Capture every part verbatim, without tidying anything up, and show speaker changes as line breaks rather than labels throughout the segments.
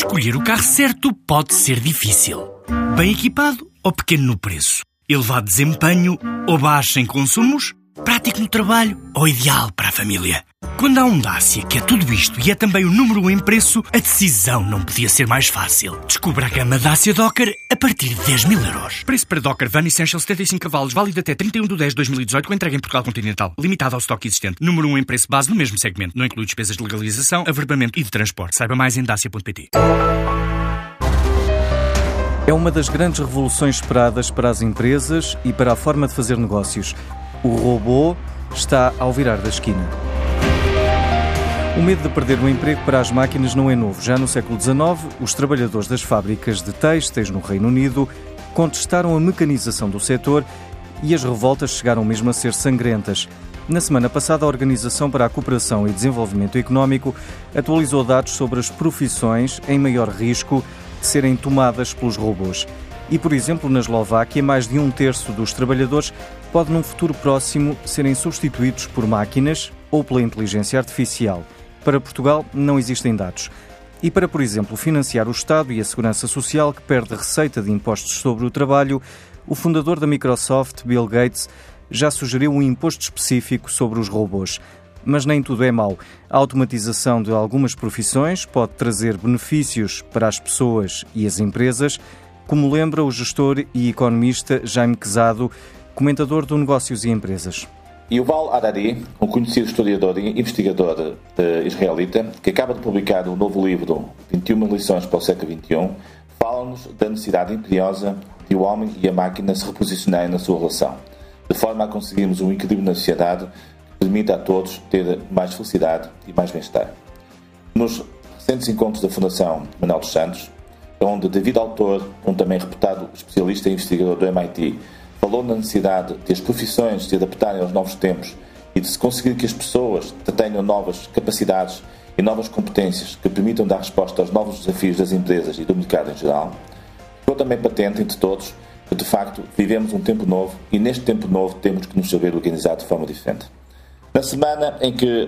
Escolher o carro certo pode ser difícil. Bem equipado ou pequeno no preço? Elevado desempenho ou baixo em consumos? Prático no trabalho ou ideal para a família? Quando há um Dacia que é tudo isto e é também o número um em preço, a decisão não podia ser mais fácil. Descubra a gama Dacia Docker a partir de dez mil euros. Preço para Docker Van Essential setenta e cinco cavalos, válido até trinta e um de dez de dois mil e dezoito, com entrega em Portugal Continental. Limitado ao estoque existente. Número um em preço base no mesmo segmento. Não inclui despesas de legalização, averbamento e de transporte. Saiba mais em dacia ponto pt.
É uma das grandes revoluções esperadas para as empresas e para a forma de fazer negócios. O robô está ao virar da esquina. O medo de perder o emprego para as máquinas não é novo. Já no século dezenove, os trabalhadores das fábricas de têxteis no Reino Unido contestaram a mecanização do setor e as revoltas chegaram mesmo a ser sangrentas. Na semana passada, a Organização para a Cooperação e Desenvolvimento Económico atualizou dados sobre as profissões em maior risco de serem tomadas pelos robôs. E, por exemplo, na Eslováquia, mais de um terço dos trabalhadores pode, num futuro próximo, serem substituídos por máquinas ou pela inteligência artificial. Para Portugal, não existem dados. E para, por exemplo, financiar o Estado e a Segurança Social, que perde receita de impostos sobre o trabalho, o fundador da Microsoft, Bill Gates, já sugeriu um imposto específico sobre os robôs. Mas nem tudo é mau. A automatização de algumas profissões pode trazer benefícios para as pessoas e as empresas, como lembra o gestor e economista Jaime Quezado, comentador do Negócios e Empresas.
Yuval Harari, um conhecido historiador e investigador uh, israelita, que acaba de publicar o novo livro vinte e uma lições para o século vinte e um, fala-nos da necessidade imperiosa de o homem e a máquina se reposicionarem na sua relação, de forma a conseguirmos um equilíbrio na sociedade que permita a todos ter mais felicidade e mais bem-estar. Nos recentes encontros da Fundação Manuel dos Santos, onde David Autor, um também reputado especialista e investigador do M I T, falou na necessidade de as profissões se adaptarem aos novos tempos e de se conseguir que as pessoas tenham novas capacidades e novas competências que permitam dar resposta aos novos desafios das empresas e do mercado em geral, ficou também patente entre todos que, de facto, vivemos um tempo novo e neste tempo novo temos que nos saber organizar de forma diferente. Na semana em que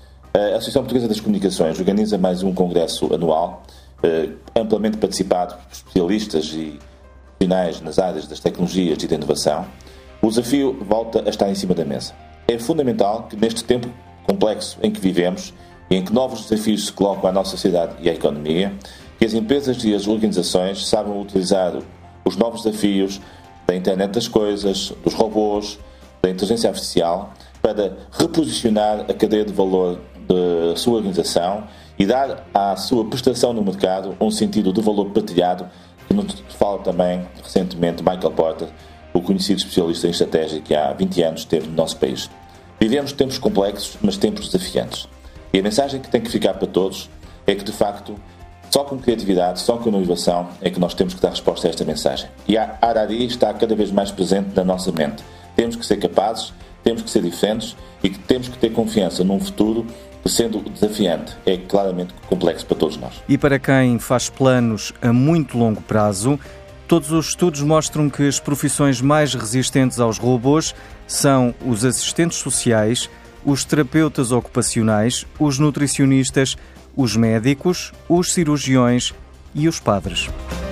a Associação Portuguesa das Comunicações organiza mais um congresso anual, amplamente participado por especialistas e profissionais nas áreas das tecnologias e da inovação, o desafio volta a estar em cima da mesa. É fundamental que neste tempo complexo em que vivemos e em que novos desafios se colocam à nossa sociedade e à economia, que as empresas e as organizações saibam utilizar os novos desafios da internet das coisas, dos robôs, da inteligência artificial, para reposicionar a cadeia de valor da sua organização e dar à sua prestação no mercado um sentido de valor partilhado, que nos fala também recentemente Michael Porter, o conhecido especialista em estratégia que há vinte anos esteve no nosso país. Vivemos tempos complexos, mas tempos desafiantes. E a mensagem que tem que ficar para todos é que, de facto, só com criatividade, só com inovação é que nós temos que dar resposta a esta mensagem. E a Harari está cada vez mais presente na nossa mente. Temos que ser capazes, temos que ser diferentes e que temos que ter confiança num futuro que, sendo desafiante, é claramente complexo para todos nós.
E para quem faz planos a muito longo prazo, todos os estudos mostram que as profissões mais resistentes aos robôs são os assistentes sociais, os terapeutas ocupacionais, os nutricionistas, os médicos, os cirurgiões e os padres.